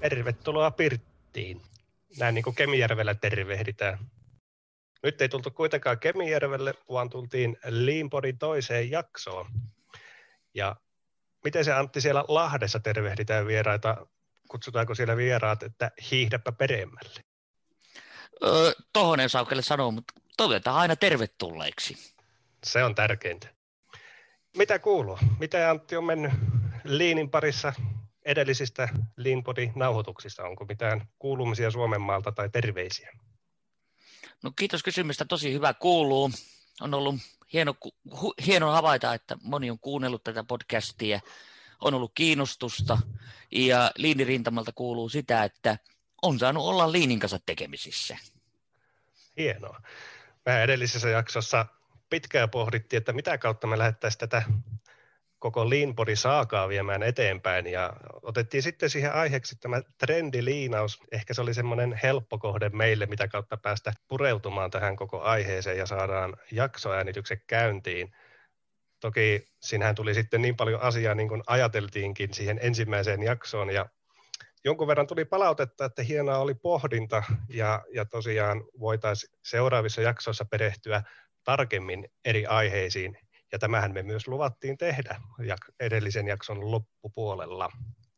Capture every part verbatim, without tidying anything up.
Tervetuloa Pirttiin. Näin niin kuin Kemijärvellä tervehditään. Nyt ei tultu kuitenkaan Kemijärvelle, vaan tultiin Leanpodin toiseen jaksoon. Ja miten se Antti siellä Lahdessa tervehditään vieraita? Kutsutaanko siellä vieraat, että hiihdäpä peremmälle? Öö, tohon en saa kyllä sanoa, mutta toivotetaan aina tervetulleiksi. Se on tärkeintä. Mitä kuuluu? Miten Antti on mennyt Leanin parissa edellisistä Leanpodin nauhoituksista? Onko mitään kuulumisia Suomenmaalta tai terveisiä? No kiitos kysymystä, tosi hyvä kuuluu. On ollut hieno, hu, hieno havaita, että moni on kuunnellut tätä podcastia, on ollut kiinnostusta ja Leanin rintamalta kuuluu sitä, että on saanut olla Leanin kanssa tekemisissä. Hienoa. Mä edellisessä jaksossa pitkään pohdittiin, että mitä kautta me lähdettäisiin tätä koko Leanpodin saakaa viemään eteenpäin ja otettiin sitten siihen aiheeksi tämä trendiliinaus. Ehkä se oli semmoinen helppo kohde meille, mitä kautta päästä pureutumaan tähän koko aiheeseen ja saadaan jaksoäänitykset käyntiin. Toki siinähän tuli sitten niin paljon asiaa niin kuin ajateltiinkin siihen ensimmäiseen jaksoon ja jonkun verran tuli palautetta, että hienoa oli pohdinta ja, ja tosiaan voitaisiin seuraavissa jaksoissa perehtyä tarkemmin eri aiheisiin. Ja tämähän me myös luvattiin tehdä edellisen jakson loppupuolella.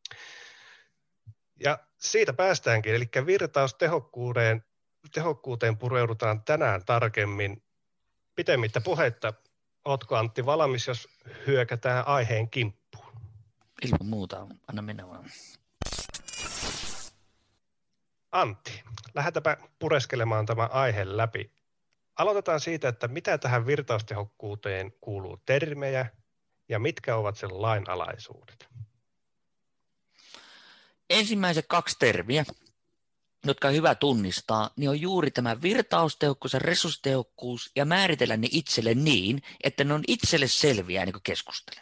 Ja siitä päästäänkin, eli virtaustehokkuuteen tehokkuuteen pureudutaan tänään tarkemmin. Pitemmittä puhetta, ootko Antti valmis, jos hyökätään aiheen kimppuun? Ilman muuta, anna mennä vaan. Antti, lähdetäänpä pureskelemaan tämä aihe läpi. Aloitetaan siitä, että mitä tähän virtaustehokkuuteen kuuluu termejä ja mitkä ovat sen lainalaisuudet. Ensimmäiset kaksi termiä, jotka on hyvä tunnistaa, niin on juuri tämä virtaustehokkuus ja resurssitehokkuus ja määritellä ne itselle niin, että ne on itselle selviä niin kuin keskustelen.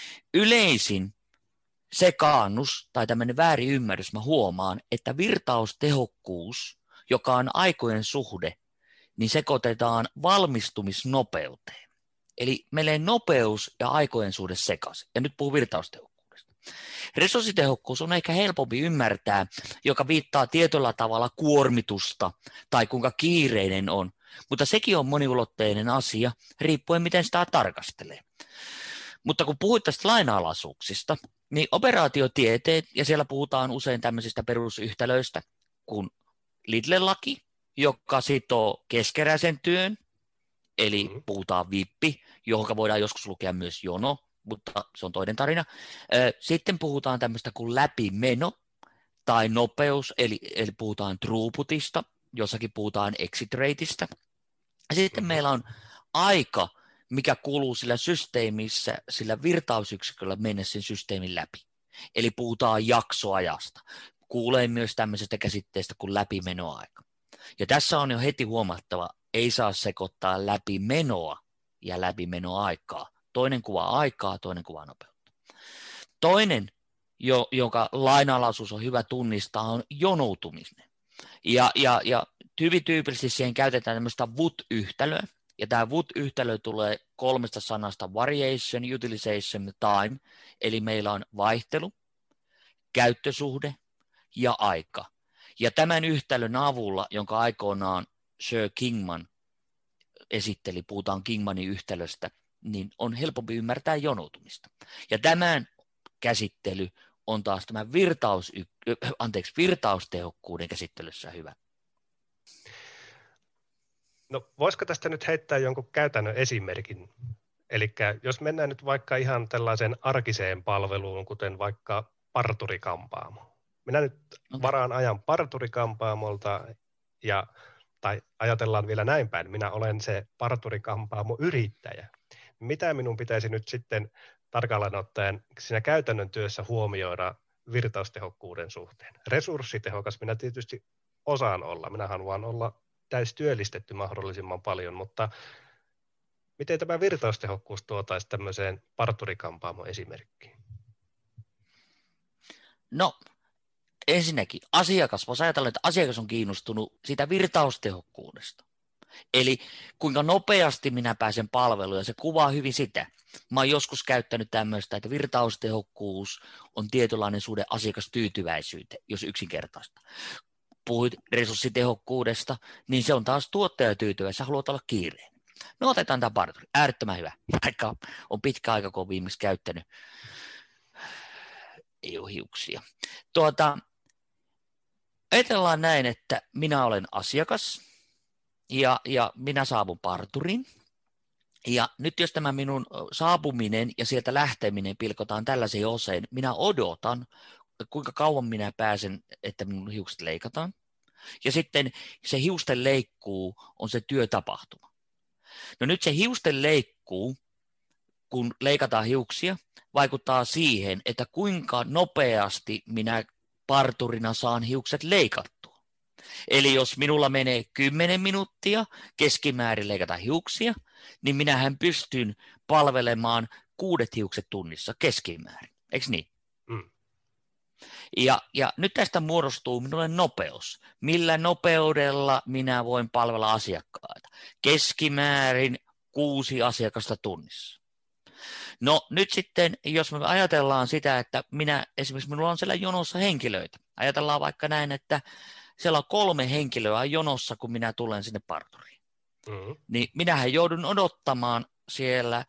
Yleisin sekaannus tai tämmöinen väärin ymmärrys, mä huomaan, että virtaustehokkuus, joka on aikojen suhde, niin sekoitetaan valmistumisnopeuteen. Eli meillä nopeus ja aikojen suhde sekaisin. Ja nyt puhun virtaustehokkuudesta. Resurssitehokkuus on ehkä helpompi ymmärtää, joka viittaa tietyllä tavalla kuormitusta tai kuinka kiireinen on. Mutta sekin on moniulotteinen asia, riippuen miten sitä tarkastelee. Mutta kun puhuit tästä lainalaisuuksista, niin operaatiotieteet, ja siellä puhutaan usein tämmöisistä perusyhtälöistä kuin Lidle-laki, joka sitoo keskeräisen työn, eli puhutaan vippi, johon voidaan joskus lukea myös jono, mutta se on toinen tarina. Sitten puhutaan tämmöistä kuin läpimeno tai nopeus, eli, eli puhutaan throughputista, jossakin puhutaan exit rateista. Sitten meillä on aika, mikä kuluu sillä systeemissä, sillä virtausyksiköllä mennä sen systeemin läpi. Eli puhutaan jaksoajasta. Kuulee myös tämmöisestä käsitteestä kuin läpimenoaika. Ja tässä on jo heti huomattava, ei saa sekoittaa läpimenoa ja läpimenoaikaa. Toinen kuvaa aikaa, toinen kuvaa nopeutta. Toinen, jo, jonka lainalaisuus on hyvä tunnistaa, on jonoutuminen. Ja, ja, ja hyvin tyypillisesti siihen käytetään tämmöistä W U T-yhtälöä. Ja tämä W U T-yhtälö tulee kolmesta sanasta variation, utilization ja time. Eli meillä on vaihtelu, käyttösuhde ja aika. Ja tämän yhtälön avulla, jonka aikoinaan Sir Kingman esitteli, puhutaan Kingmanin yhtälöstä, niin on helpompi ymmärtää jonoutumista. Ja tämän käsittely on taas tämän virtaus, anteeksi, virtaustehokkuuden käsittelyssä hyvä. No voisiko tästä nyt heittää jonkun käytännön esimerkin? Eli jos mennään nyt vaikka ihan tällaiseen arkiseen palveluun, kuten vaikka parturikampaamo. Minä nyt varaan ajan parturikampaamolta ja, tai ajatellaan vielä näin päin, minä olen se parturikampaamo yrittäjä. Mitä minun pitäisi nyt sitten tarkalleen ottaen siinä käytännön työssä huomioida virtaustehokkuuden suhteen? Resurssitehokas minä tietysti osaan olla, minä haluan olla täystyöllistetty mahdollisimman paljon, mutta miten tämä virtaustehokkuus tuotaisi tämmöiseen parturikampaamon esimerkkiin? No, ensinnäkin asiakas, voisi ajatella, että asiakas on kiinnostunut siitä virtaustehokkuudesta. Eli kuinka nopeasti minä pääsen palveluun, ja se kuvaa hyvin sitä. Mä oon joskus käyttänyt tämmöistä, että virtaustehokkuus on tietynlainen suhde asiakastyytyväisyyteen, jos yksinkertaista. Puhuit resurssitehokkuudesta, niin se on taas tuottajatyytyväinen, sä haluat olla kiireinen. No otetaan tämä parturi, äärettömän hyvä, vaikka on pitkä aika, kun on viimeksi käyttänyt. Ei ole hiuksia. Tuota, ajatellaan näin, että minä olen asiakas ja, ja minä saavun parturiin. Ja nyt jos tämä minun saapuminen ja sieltä lähteminen pilkotaan tällaisiin oseen, minä odotan, kuinka kauan minä pääsen, että minun hiukset leikataan. Ja sitten se hiusten leikkuu on se työtapahtuma. No nyt se hiusten leikkuu, kun leikataan hiuksia, vaikuttaa siihen, että kuinka nopeasti minä parturina saan hiukset leikattua. Eli jos minulla menee kymmenen minuuttia keskimäärin leikata hiuksia, niin minähän pystyn palvelemaan kuudet hiukset tunnissa keskimäärin. Eikö niin? Mm. Ja, ja nyt tästä muodostuu minulle nopeus. Millä nopeudella minä voin palvella asiakkaita? Keskimäärin kuusi asiakasta tunnissa. No nyt sitten, jos me ajatellaan sitä, että minä, esimerkiksi minulla on siellä jonossa henkilöitä. Ajatellaan vaikka näin, että siellä on kolme henkilöä jonossa, kun minä tulen sinne parturiin. Mm-hmm. Niin minähän joudun odottamaan siellä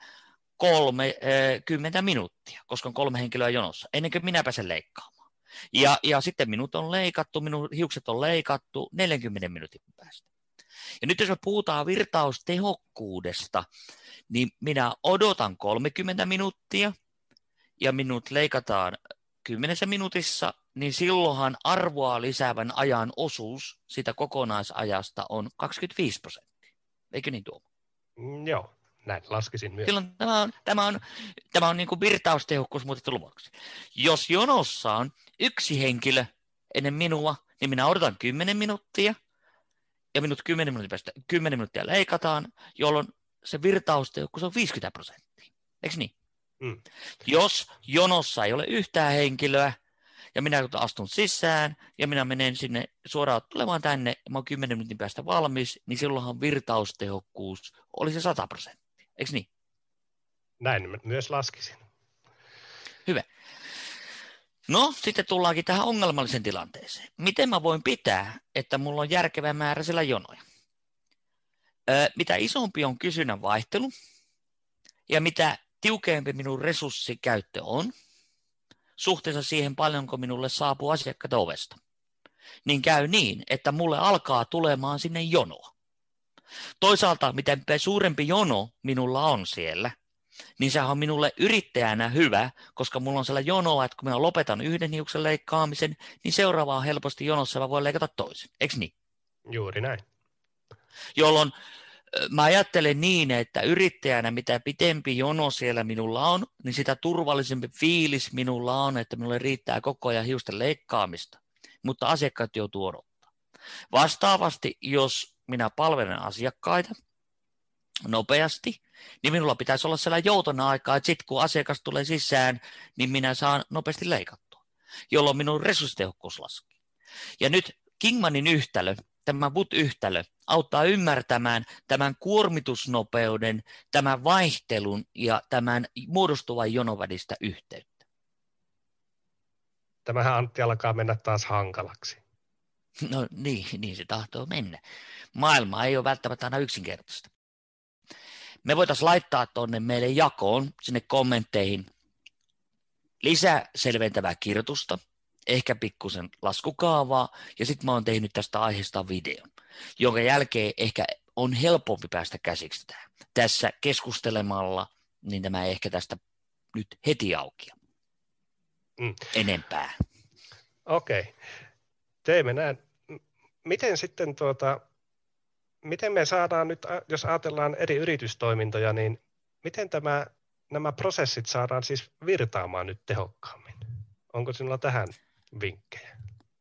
kolmekymmentä minuuttia, koska on kolme henkilöä jonossa, ennen kuin minä pääsen leikkaamaan. Ja, ja sitten minut on leikattu, minun hiukset on leikattu neljänkymmenen minuutin päästä. Ja nyt jos me puhutaan virtaustehokkuudesta, niin minä odotan kolmekymmentä minuuttia ja minut leikataan kymmenessä minuutissa, niin silloinhan arvoa lisäävän ajan osuus sitä kokonaisajasta on kaksikymmentäviisi prosenttia. Eikö niin, Tuomo? Mm, joo, näin laskisin myös. Silloin tämä on, tämä on, tämä on niin kuin virtaustehokkuus muutettu luvuksi. Jos jonossa on yksi henkilö ennen minua, niin minä odotan kymmenen minuuttia, ja minut kymmenen minuutin päästä kymmenen minuuttia leikataan, jolloin se virtaustehokkuus on viisikymmentä prosenttia. Eikö niin? Mm. Jos jonossa ei ole yhtään henkilöä, ja minä astun sisään, ja minä menen sinne suoraan tulemaan tänne, ja mä oon kymmenen minuutin päästä valmis, niin silloinhan virtaustehokkuus oli se sata prosenttia. Eikö niin? Näin myös laskisin. Hyvä. No, sitten tullaankin tähän ongelmalliseen tilanteeseen. Miten mä voin pitää, että mulla on järkevä määrä siellä jonoja? Öö, mitä isompi on kysynnän vaihtelu, ja mitä tiukempi minun resurssikäyttö on, suhteessa siihen paljonko minulle saapuu asiakkaita ovesta, niin käy niin, että mulle alkaa tulemaan sinne jonoa. Toisaalta, miten suurempi jono minulla on siellä, niin sehän on minulle yrittäjänä hyvä, koska mulla on siellä jonoa, että kun minä lopetan yhden hiuksen leikkaamisen, niin seuraava on helposti jonossa, mä voin leikata toisen. Eikö niin? Juuri näin. Jolloin mä ajattelen niin, että yrittäjänä mitä pitempi jono siellä minulla on, niin sitä turvallisempi fiilis minulla on, että minulle riittää koko ajan hiusten leikkaamista, mutta asiakkaat joutuu odottaa. Vastaavasti, jos minä palvelen asiakkaita nopeasti, niin minulla pitäisi olla siellä joutona aikaa, että sitten kun asiakas tulee sisään, niin minä saan nopeasti leikattua, jolloin minun resurssitehokkuus laskee. Ja nyt Kingmanin yhtälö, tämä W U T-yhtälö, auttaa ymmärtämään tämän kuormitusnopeuden, tämän vaihtelun ja tämän muodostuvan jonon välistä yhteyttä. Tämähän, Antti, alkaa mennä taas hankalaksi. No niin, niin se tahtoo mennä. Maailma ei ole välttämättä aina yksinkertaista. Me voitaisiin laittaa tuonne meille jakoon, sinne kommentteihin, lisää selventävää kirjoitusta, ehkä pikkusen laskukaavaa, ja sitten mä oon tehnyt tästä aiheesta videon, jonka jälkeen ehkä on helpompi päästä käsiksi tähän. Tässä keskustelemalla, niin tämä ei ehkä tästä nyt heti auki mm. enempää. Okei. Okay. Teemme näin. Miten sitten tuota, miten me saadaan nyt, jos ajatellaan eri yritystoimintoja, niin miten tämä, nämä prosessit saadaan siis virtaamaan nyt tehokkaammin? Onko sinulla tähän vinkkejä?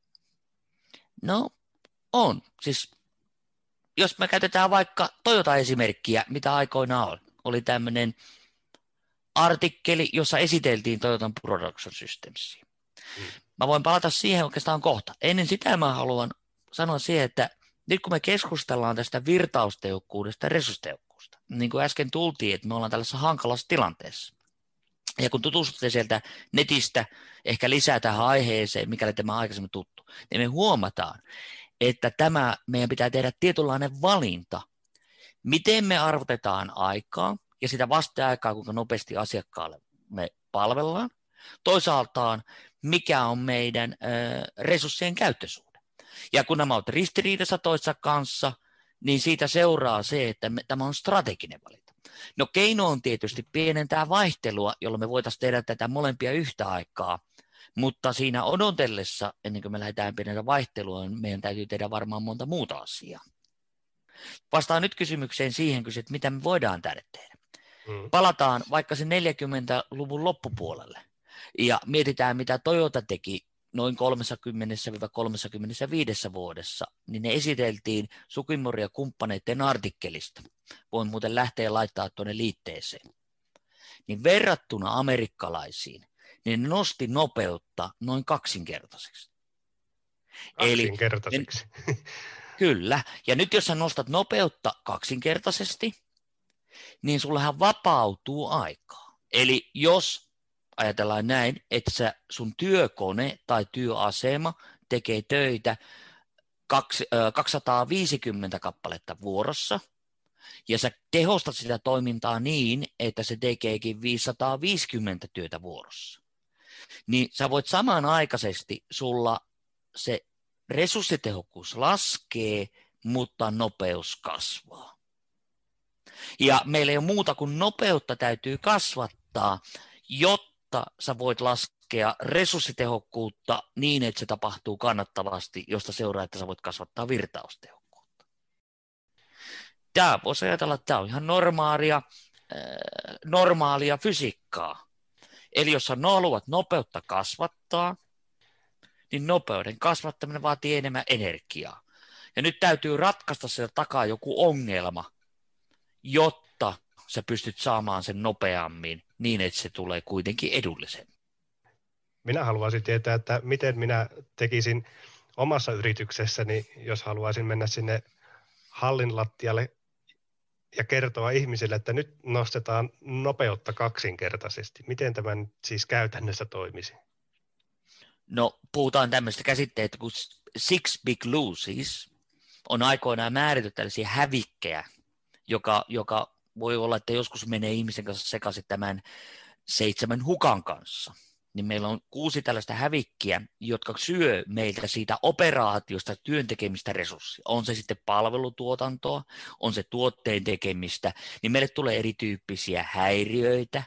No on. Siis jos me käytetään vaikka Toyota-esimerkkiä, mitä aikoinaan oli, oli tämmöinen artikkeli, jossa esiteltiin Toyotan Production Systemsia. Hmm. Mä voin palata siihen oikeastaan kohta. Ennen sitä mä haluan sanoa siihen, että nyt kun me keskustellaan tästä virtaustehokkuudesta ja resurssitehokkuudesta, niin kuin äsken tultiin, että me ollaan tällaisessa hankalassa tilanteessa. Ja kun tutustutte sieltä netistä ehkä lisää tähän aiheeseen, mikäli tämä on aikaisemmin tuttu, niin me huomataan, että tämä meidän pitää tehdä tietynlainen valinta, miten me arvotetaan aikaa ja sitä vasta-aikaa, kuinka nopeasti asiakkaalle me palvellaan. Toisaaltaan, mikä on meidän ö, resurssien käyttösuhde. Ja kun nämä ovat ristiriidassa toissa kanssa, niin siitä seuraa se, että me, tämä on strateginen valinta. No keino on tietysti pienentää vaihtelua, jolloin me voitaisiin tehdä tätä molempia yhtä aikaa, mutta siinä odotellessa, ennen kuin me lähdetään pienentää vaihtelua, meidän täytyy tehdä varmaan monta muuta asiaa. Vastaan nyt kysymykseen siihen, että mitä me voidaan täällä tehdä. Mm. Palataan vaikka sen neljäkymmentäluvun loppupuolelle ja mietitään, mitä Toyota teki noin kolmekymmentä kolmekymmentäviisi vuodessa, niin ne esiteltiin Sugimori ja kumppaneiden artikkelista. Voin muuten lähteä laittaa tuonne liitteeseen. Niin verrattuna amerikkalaisiin, niin ne nosti nopeutta noin kaksinkertaiseksi. Kaksinkertaiseksi. Eli, kyllä. Ja nyt jos sä nostat nopeutta kaksinkertaisesti, niin sullehan vapautuu aikaa. Eli jos ajatellaan näin, että sä, sun työkone tai työasema tekee töitä kaksisataaviisikymmentä kappaletta vuorossa, ja sä tehostat sitä toimintaa niin, että se tekeekin viisisataaviisikymmentä työtä vuorossa, niin sä voit samanaikaisesti, sulla se resurssitehokkuus laskee, mutta nopeus kasvaa. Ja meillä ei ole muuta kuin nopeutta täytyy kasvattaa, jotta sä voit laskea resurssitehokkuutta niin, että se tapahtuu kannattavasti, josta seuraa, että sä voit kasvattaa virtaustehokkuutta. Tämä voisi ajatella, että tämä on ihan normaalia, äh, normaalia fysiikkaa. Eli jos sä haluat nopeutta kasvattaa, niin nopeuden kasvattaminen vaatii enemmän energiaa. Ja nyt täytyy ratkaista sieltä takaa joku ongelma, jotta sä pystyt saamaan sen nopeammin niin, että se tulee kuitenkin edullisen. Minä haluaisin tietää, että miten minä tekisin omassa yrityksessäni, jos haluaisin mennä sinne hallin lattialle ja kertoa ihmisille, että nyt nostetaan nopeutta kaksinkertaisesti. Miten tämä nyt siis käytännössä toimisi? No, puhutaan tämmöistä käsitteitä kuin six big loses. On aikoinaan määritelty tällaisia hävikkejä, joka, joka voi olla, että joskus menee ihmisen kanssa sekaisin tämän seitsemän hukan kanssa. Niin meillä on kuusi tällaista hävikkiä, jotka syö meiltä siitä operaatiosta työntekemistä resurssia. On se sitten palvelutuotantoa, on se tuotteen tekemistä, niin meille tulee erityyppisiä häiriöitä,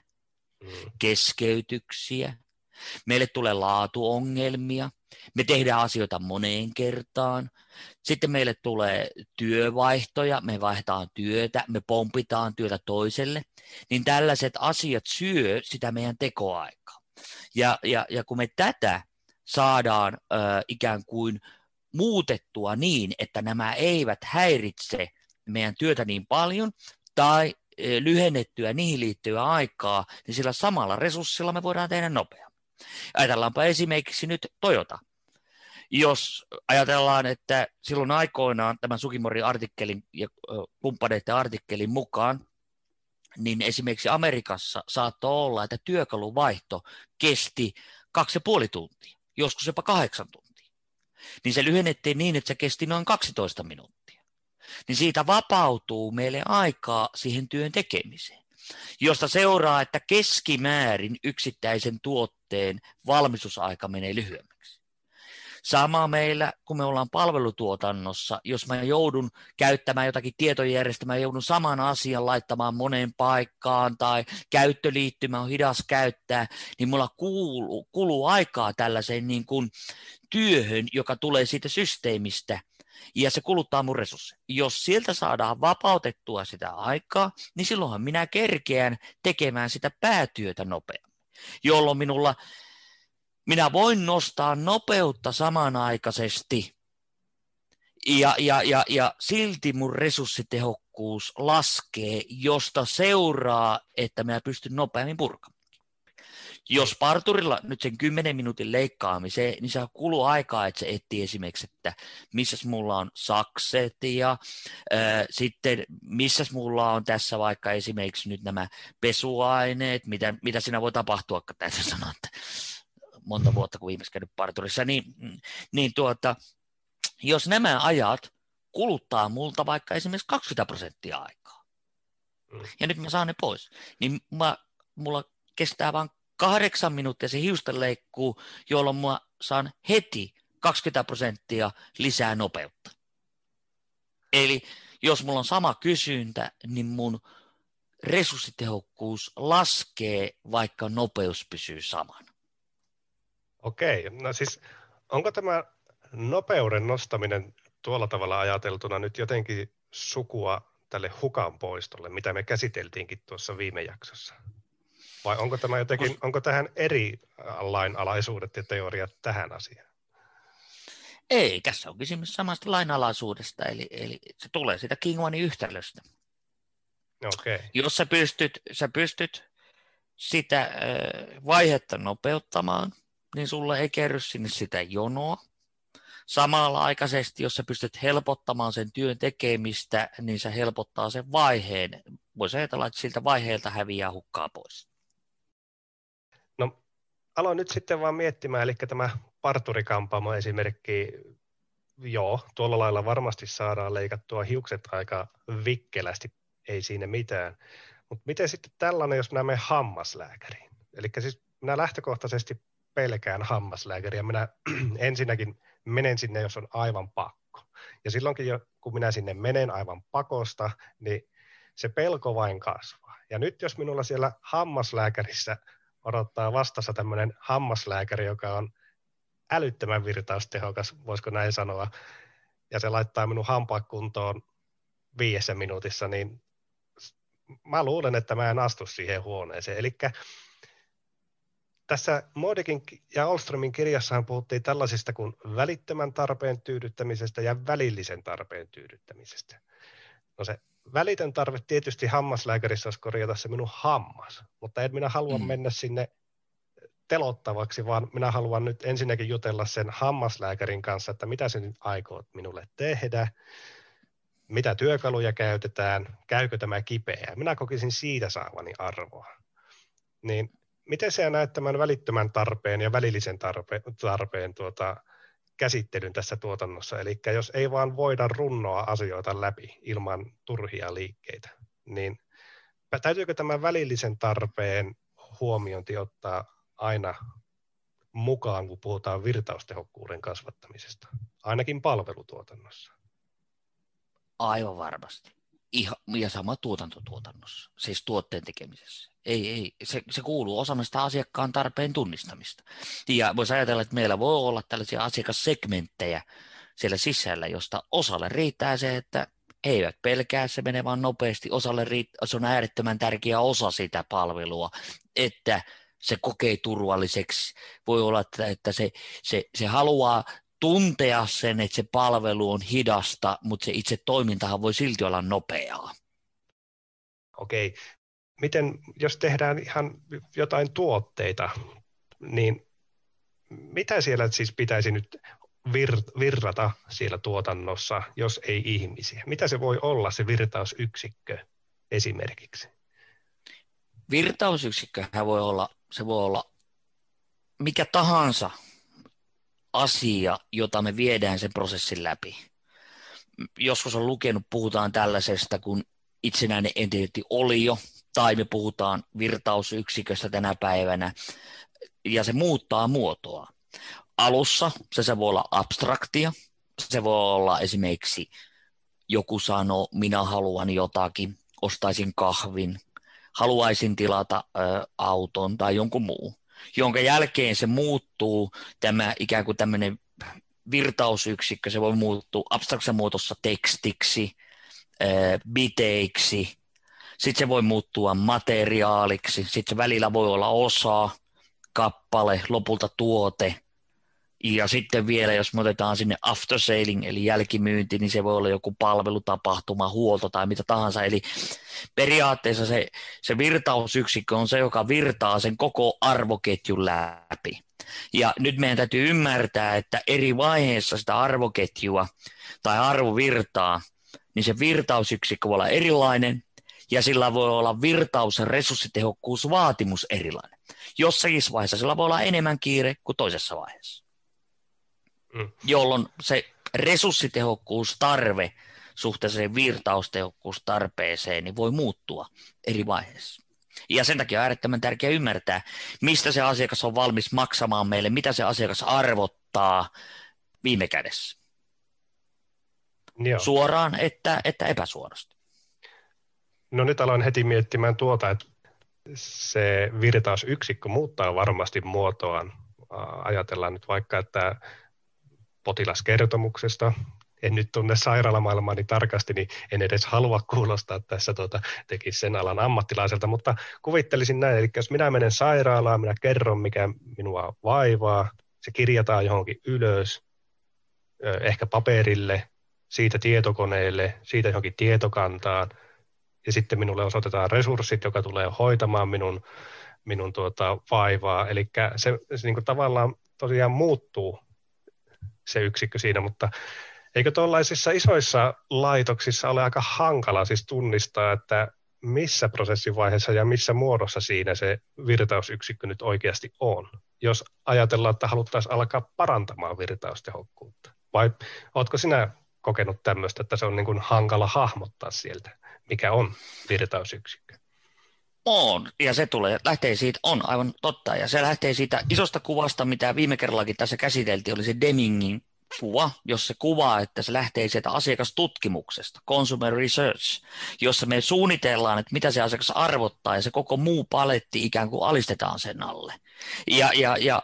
keskeytyksiä, meille tulee laatuongelmia, me tehdään asioita moneen kertaan, sitten meille tulee työvaihtoja, me vaihdetaan työtä, me pompitaan työtä toiselle, niin tällaiset asiat syö sitä meidän tekoaikaa. Ja, ja, ja kun me tätä saadaan ö, ikään kuin muutettua niin, että nämä eivät häiritse meidän työtä niin paljon tai ö, lyhennettyä niihin liittyvää aikaa, niin sillä samalla resurssilla me voidaan tehdä nopeammin. Ajatellaanpa esimerkiksi nyt Toyota. Jos ajatellaan, että silloin aikoinaan tämän Sugimorin artikkelin ja kumppaneiden artikkelin mukaan, niin esimerkiksi Amerikassa saattoi olla, että työkaluvaihto kesti kaksi ja puoli tuntia, joskus jopa kahdeksan tuntia. Niin se lyhennettiin niin, että se kesti noin kaksitoista minuuttia. Niin siitä vapautuu meille aikaa siihen työn tekemiseen, josta seuraa, että keskimäärin yksittäisen tuotteen valmistusaika menee lyhyemmäksi. Sama meillä, kun me ollaan palvelutuotannossa, jos mä joudun käyttämään jotakin tietojärjestelmää, joudun saman asian laittamaan moneen paikkaan tai käyttöliittymä on hidas käyttää, niin mulla kuluu, kuluu aikaa tällaiseen niin kuin työhön, joka tulee siitä systeemistä ja se kuluttaa mun resursseja. Jos sieltä saadaan vapautettua sitä aikaa, niin silloinhan minä kerkeän tekemään sitä päätyötä nopeammin, jolloin minulla minä voin nostaa nopeutta samanaikaisesti ja, ja, ja, ja silti mun resurssitehokkuus laskee, josta seuraa, että minä pystyn nopeammin purkamaan. Jos parturilla nyt sen kymmenen minuutin leikkaamiseen, niin se kuluu aikaa, että se etsii esimerkiksi, että missäs mulla on sakset ja äh, sitten missäs mulla on tässä vaikka esimerkiksi nyt nämä pesuaineet, mitä, mitä siinä voi tapahtua, kun täytyy sanoa, että monta vuotta kun viimeksi käynyt parturissa, niin, niin tuota, jos nämä ajat kuluttaa multa vaikka esimerkiksi kaksikymmentä prosenttia aikaa, mm. ja nyt mä saan ne pois, niin mä, mulla kestää vain kahdeksan minuuttia se hiustenleikkuu, jolloin mä saan heti kaksikymmentä prosenttia lisää nopeutta. Eli jos mulla on sama kysyntä, niin mun resurssitehokkuus laskee, vaikka nopeus pysyy samana. Okei, no siis onko tämä nopeuden nostaminen tuolla tavalla ajateltuna nyt jotenkin sukua tälle hukan poistolle, mitä me käsiteltiinkin tuossa viime jaksossa? Vai onko tämä jotenkin, onko tähän eri lainalaisuudet ja teoriat tähän asiaan? Ei, tässä on kysymys samasta lainalaisuudesta, eli, eli se tulee siitä Kingmanin yhtälöstä. Okay. Jos sä pystyt, sä pystyt sitä äh, vaihetta nopeuttamaan, niin sulla ei kerry sinne sitä jonoa. Samalla aikaisesti, jos sä pystyt helpottamaan sen työn tekemistä, niin se helpottaa sen vaiheen. Voisi ajatella, että siltä vaiheelta häviää hukkaa pois. No, aloin nyt sitten vaan miettimään, eli tämä parturikampaamo esimerkki, joo, tuolla lailla varmasti saadaan leikattua hiukset aika vikkelästi, ei siinä mitään. Mutta miten sitten tällainen, jos minä menen hammaslääkäriin? Eli siis minä lähtökohtaisesti pelkään hammaslääkäriä. Minä ensinnäkin menen sinne, jos on aivan pakko. Ja silloinkin, jo, kun minä sinne menen aivan pakosta, niin se pelko vain kasvaa. Ja nyt jos minulla siellä hammaslääkärissä odottaa vastassa tämmöinen hammaslääkäri, joka on älyttömän virtaustehokas, voisiko näin sanoa, ja se laittaa minun hampaat kuntoon viidessä minuutissa, niin mä luulen, että mä en astu siihen huoneeseen. Eli tässä Modikin ja Ahlströmin kirjassahan puhuttiin tällaisista kuin välittömän tarpeen tyydyttämisestä ja välillisen tarpeen tyydyttämisestä. No se välitön tarve tietysti hammaslääkärissä olisi korjata se minun hammas, mutta en minä halua mm. mennä sinne telottavaksi, vaan minä haluan nyt ensinnäkin jutella sen hammaslääkärin kanssa, että mitä se nyt aikoo minulle tehdä, mitä työkaluja käytetään, käykö tämä kipeä. Minä kokisin siitä saavani arvoa. Niin miten sä näet tämän välittömän tarpeen ja välillisen tarpeen, tarpeen tuota, käsittelyn tässä tuotannossa? Eli jos ei vaan voida runnoa asioita läpi ilman turhia liikkeitä, niin täytyykö tämän välillisen tarpeen huomiointi ottaa aina mukaan, kun puhutaan virtaustehokkuuden kasvattamisesta, ainakin palvelutuotannossa? Aivan varmasti. Ihan, ja sama tuotantotuotannossa, siis tuotteen tekemisessä. Ei, ei. Se, se kuuluu osana sitä asiakkaan tarpeen tunnistamista. Ja voisi ajatella, että meillä voi olla tällaisia asiakassegmenttejä siellä sisällä, josta osalle riittää se, että eivät pelkää, se menee vaan nopeasti. Osalle riittää, se on äärettömän tärkeä osa sitä palvelua, että se kokee turvalliseksi. Voi olla, että, että se, se, se haluaa tuntea sen, että se palvelu on hidasta, mutta se itse toimintahan voi silti olla nopeaa. Okei. Miten, jos tehdään ihan jotain tuotteita, niin mitä siellä siis pitäisi nyt vir- virrata siellä tuotannossa, jos ei ihmisiä? Mitä se voi olla, se virtausyksikkö esimerkiksi? Virtausyksikköhän voi olla, se voi olla mikä tahansa asia, jota me viedään sen prosessin läpi. Joskus on lukenut, puhutaan tällaisesta kuin itsenäinen entiteetti olio, tai me puhutaan virtausyksiköstä tänä päivänä, ja se muuttaa muotoa. Alussa se, se voi olla abstraktia, se voi olla esimerkiksi joku sanoo, minä haluan jotakin, ostaisin kahvin, haluaisin tilata ö, auton tai jonkun muun, jonka jälkeen se muuttuu, tämä ikään kuin tämmöinen virtausyksikkö, se voi muuttua abstraktisessa muotossa tekstiksi, ö, biteiksi, sitten se voi muuttua materiaaliksi, sitten se välillä voi olla osa, kappale, lopulta tuote, Ja sitten vielä, jos me otetaan sinne after sailing, eli jälkimyynti, niin se voi olla joku palvelutapahtuma, huolto tai mitä tahansa. Eli periaatteessa se, se virtausyksikkö on se, joka virtaa sen koko arvoketjun läpi. Ja nyt meidän täytyy ymmärtää, että eri vaiheessa sitä arvoketjua tai arvovirtaa, niin se virtausyksikkö voi olla erilainen, ja sillä voi olla virtaus- ja resurssitehokkuusvaatimus erilainen. Jossakin vaiheessa sillä voi olla enemmän kiire kuin toisessa vaiheessa, mm. jolloin se resurssitehokkuustarve suhteessa siihen virtaustehokkuustarpeeseen niin voi muuttua eri vaiheissa. Ja sen takia on äärettömän tärkeää ymmärtää, mistä se asiakas on valmis maksamaan meille, mitä se asiakas arvottaa viime kädessä. Joo. Suoraan että, että epäsuorasti. No nyt aloin heti miettimään tuota, että se virtausyksikkö muuttaa varmasti muotoaan. Ajatellaan nyt vaikka, että potilaskertomuksesta, en nyt tunne sairaalamaailmaa niin tarkasti, niin en edes halua kuulostaa tässä tuota, tekisi sen alan ammattilaiselta, mutta kuvittelisin näin, eli jos minä menen sairaalaan, minä kerron, mikä minua vaivaa, se kirjataan johonkin ylös, ehkä paperille, siitä tietokoneelle, siitä johonkin tietokantaan, ja sitten minulle osoitetaan resurssit, joka tulee hoitamaan minun, minun tuota vaivaa. Eli se, se niin kuin tavallaan tosiaan muuttuu se yksikkö siinä, mutta eikö tuollaisissa isoissa laitoksissa ole aika hankala siis tunnistaa, että missä prosessivaiheessa ja missä muodossa siinä se virtausyksikkö nyt oikeasti on, jos ajatellaan, että haluttaisiin alkaa parantamaan virtaustehokkuutta? Vai oletko sinä kokenut tämmöistä, että se on niin kuin hankala hahmottaa sieltä, mikä on virtausyksikkö? On, ja se tulee, lähtee siitä, on aivan totta, ja se lähtee siitä isosta kuvasta, mitä viime kerrallakin tässä käsiteltiin, oli se Demingin kuva, jos se kuvaa, että se lähtee sieltä asiakastutkimuksesta, consumer research, jossa me suunnitellaan, että mitä se asiakas arvottaa, ja se koko muu paletti ikään kuin alistetaan sen alle. Ja, ja, ja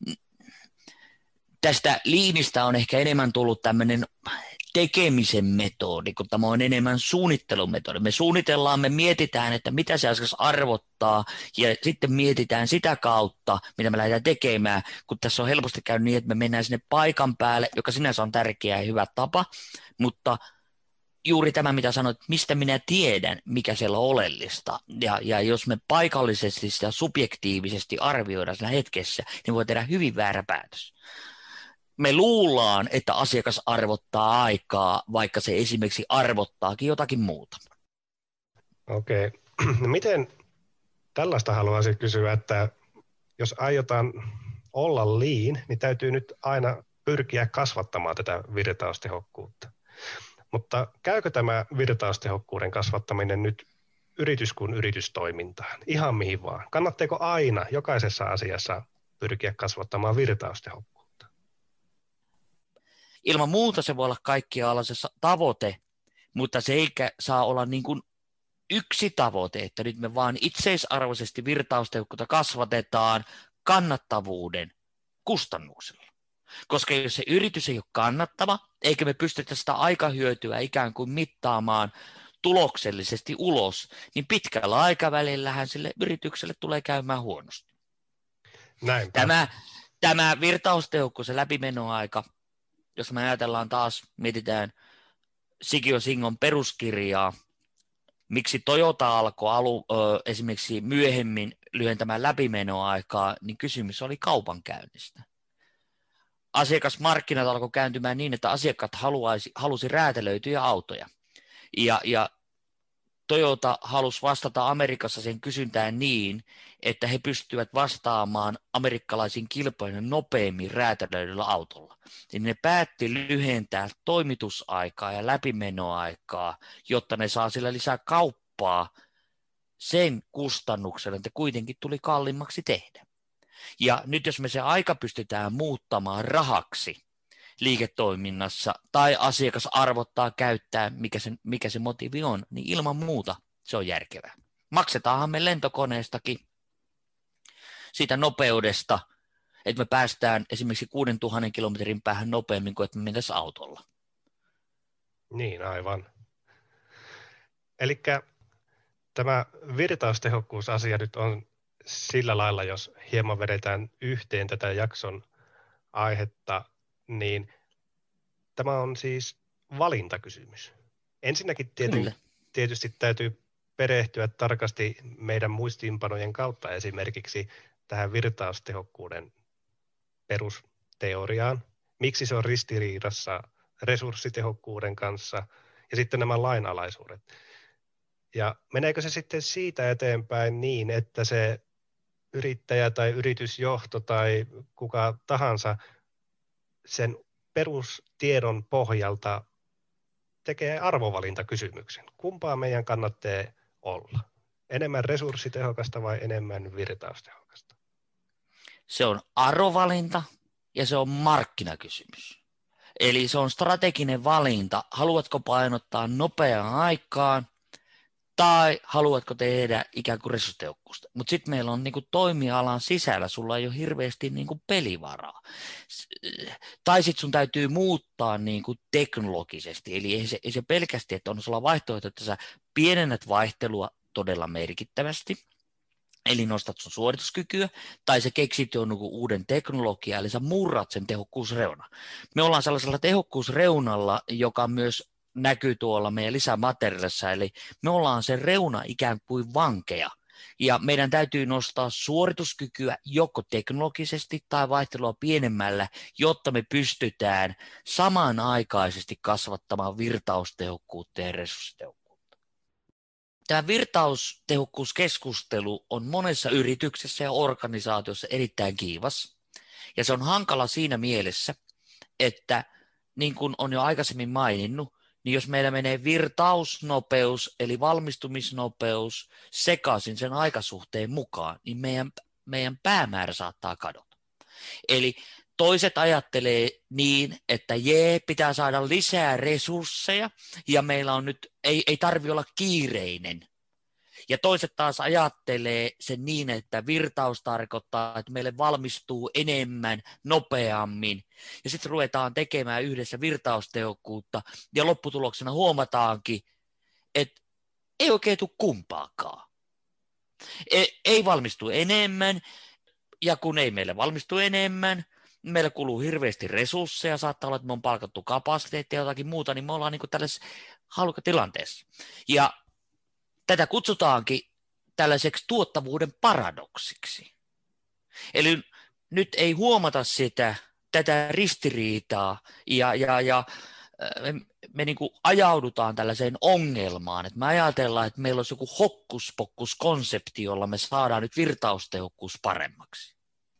tästä liinistä on ehkä enemmän tullut tämmöinen tekemisen metodi, kun tämä on enemmän suunnittelumetodi. Me suunnitellaan, me mietitään, että mitä se asiakas arvottaa, ja sitten mietitään sitä kautta, mitä me lähdetään tekemään, kun tässä on helposti käynyt niin, että me mennään sinne paikan päälle, joka sinänsä on tärkeä ja hyvä tapa, mutta juuri tämä, mitä sanoit, mistä minä tiedän, mikä siellä on oleellista, ja, ja jos me paikallisesti ja subjektiivisesti arvioidaan siinä hetkessä, niin voi tehdä hyvin väärä päätös. Me luullaan, että asiakas arvottaa aikaa, vaikka se esimerkiksi arvottaakin jotakin muuta. Okei. No miten tällaista haluaisin kysyä, että jos aiotaan olla lean, niin täytyy nyt aina pyrkiä kasvattamaan tätä virtaustehokkuutta. Mutta käykö tämä virtaustehokkuuden kasvattaminen nyt yritys kuin yritystoimintaan? Ihan mihin vaan. Kannattaako aina jokaisessa asiassa pyrkiä kasvattamaan virtaustehokkuutta? Ilman muuta se voi olla kaikkialla se tavoite, mutta se ei saa olla niin kuin yksi tavoite, että nyt me vaan itseisarvoisesti virtaustehokkuutta kasvatetaan kannattavuuden kustannuksella. Koska jos se yritys ei ole kannattava, eikä me pystytä sitä aikahyötyä ikään kuin mittaamaan tuloksellisesti ulos, niin pitkällä aikavälillähän sille yritykselle tulee käymään huonosti. Näinpä. Tämä, tämä virtaustehokkuus ja läpimenoaika, jos me ajatellaan taas, mietitään Shigeo Shingon peruskirjaa, miksi Toyota alkoi alu, ö, esimerkiksi myöhemmin lyhentämään läpimenoaikaa, niin kysymys oli kaupankäynnistä. Asiakasmarkkinat alkoi kääntymään niin, että asiakkaat haluaisi, halusi räätälöityjä autoja. Ja, ja Toyota halusi vastata Amerikassa sen kysyntään niin, että he pystyvät vastaamaan amerikkalaisiin kilpailijoihin nopeammin räätälöidyllä autolla. Eli ne päätti lyhentää toimitusaikaa ja läpimenoaikaa, jotta ne saa sillä lisää kauppaa sen kustannuksella, että kuitenkin tuli kalliimmaksi tehdä. Ja nyt jos me se aika pystytään muuttamaan rahaksi liiketoiminnassa tai asiakas arvottaa käyttää, mikä se, mikä se motiivi on, niin ilman muuta se on järkevää. Maksetaanhan me lentokoneestakin siitä nopeudesta, että me päästään esimerkiksi kuusituhatta kilometrin päähän nopeammin kuin että me mentäisiin autolla. Niin, aivan. Eli tämä virtaustehokkuusasia nyt on sillä lailla, jos hieman vedetään yhteen tätä jakson aihetta, niin tämä on siis valintakysymys. Ensinnäkin tiety, tietysti täytyy perehtyä tarkasti meidän muistiinpanojen kautta esimerkiksi tähän virtaustehokkuuden perusteoriaan, miksi se on ristiriidassa resurssitehokkuuden kanssa ja sitten nämä lainalaisuudet. Ja meneekö se sitten siitä eteenpäin niin, että se yrittäjä tai yritysjohto tai kuka tahansa sen perustiedon pohjalta tekee arvovalintakysymyksen. Kumpaa meidän kannattaa olla? Enemmän resurssitehokasta vai enemmän virtaustehokasta? Se on arvovalinta ja se on markkinakysymys. Eli se on strateginen valinta. Haluatko painottaa nopeaan aikaan tai haluatko tehdä ikään kuin resurssitehokkuusta. Mutta sitten meillä on niinku toimialan sisällä, sulla ei ole hirveästi niinku pelivaraa. Tai sitten sun täytyy muuttaa niinku teknologisesti. Eli ei se, ei se pelkästään, että on sulla vaihtoehto, että sä pienennät vaihtelua todella merkittävästi, eli nostat sun suorituskykyä, tai sä keksit jo niinku uuden teknologian, eli sä murrat sen tehokkuusreunan. Me ollaan sellaisella tehokkuusreunalla, joka myös näkyy tuolla meidän lisämateriaalissa, eli me ollaan se reuna ikään kuin vankeja, ja meidän täytyy nostaa suorituskykyä joko teknologisesti tai vaihtelua pienemmällä, jotta me pystytään samanaikaisesti kasvattamaan virtaustehokkuutta ja resurssitehokkuutta. Tämä virtaustehokkuuskeskustelu on monessa yrityksessä ja organisaatiossa erittäin kiivas, ja se on hankala siinä mielessä, että niin kuin on jo aikaisemmin maininnut, niin jos meillä menee virtausnopeus, eli valmistumisnopeus sekaisin sen aikasuhteen mukaan, niin meidän, meidän päämäärä saattaa kadota. Eli toiset ajattelee niin, että jee, pitää saada lisää resursseja, ja meillä on nyt, ei, ei tarvitse olla kiireinen. Ja toiset taas ajattelee sen niin, että virtaus tarkoittaa, että meille valmistuu enemmän, nopeammin. Ja sitten ruvetaan tekemään yhdessä virtaustehokkuutta, ja lopputuloksena huomataankin, että ei oikein tule kumpaakaan. Ei, ei valmistu enemmän, ja kun ei meille valmistu enemmän, meillä kuluu hirveästi resursseja, saattaa olla, että me on palkattu kapasiteettia ja jotakin muuta, niin me ollaan niin kuin tällaisessa halukatilanteessa. Ja tätä kutsutaankin tällaiseksi tuottavuuden paradoksiksi. Eli nyt ei huomata sitä, tätä ristiriitaa ja, ja, ja me, me niin kuin ajaudutaan tällaiseen ongelmaan, että me ajatellaan, että meillä olisi joku hokkuspokkuskonsepti, jolla me saadaan nyt virtaustehokkuus paremmaksi.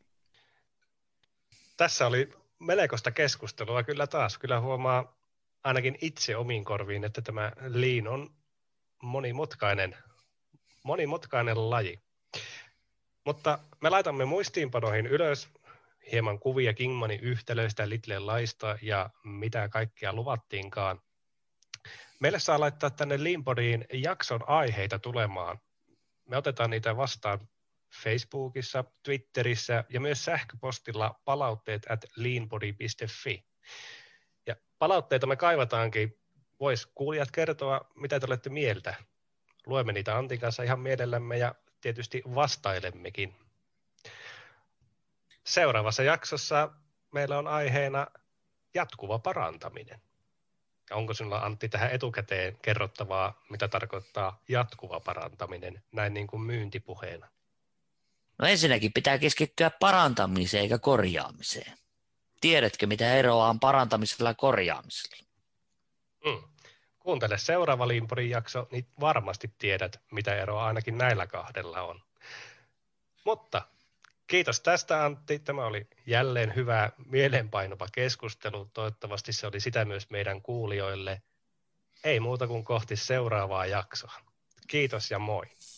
Tässä oli melkoista keskustelua kyllä taas. Kyllä huomaa ainakin itse omiin korviin, että tämä lean on monimutkainen, monimutkainen laji. Mutta me laitamme muistiinpanoihin ylös hieman kuvia Kingmanin yhtälöistä, Littlen laista ja mitä kaikkea luvattiinkaan. Meille saa laittaa tänne Leanbodyin jakson aiheita tulemaan. Me otetaan niitä vastaan Facebookissa, Twitterissä ja myös sähköpostilla palautteet at leanbody piste fi. Ja palautteita me kaivataankin. Vois kuulijat kertoa, mitä te olette mieltä. Luemme niitä Antin kanssa ihan mielellämme ja tietysti vastailemmekin. Seuraavassa jaksossa meillä on aiheena jatkuva parantaminen. Ja onko sinulla, Antti, tähän etukäteen kerrottavaa, mitä tarkoittaa jatkuva parantaminen, näin niin kuin myyntipuheena? No ensinnäkin pitää keskittyä parantamiseen eikä korjaamiseen. Tiedätkö, mitä eroa on parantamisella ja korjaamisella? Mm. Kuuntele seuraava Leanbodyn jakso, niin varmasti tiedät, mitä eroa ainakin näillä kahdella on. Mutta kiitos tästä, Antti. Tämä oli jälleen hyvä mieleenpainuva keskustelu. Toivottavasti se oli sitä myös meidän kuulijoille. Ei muuta kuin kohti seuraavaa jaksoa. Kiitos ja moi.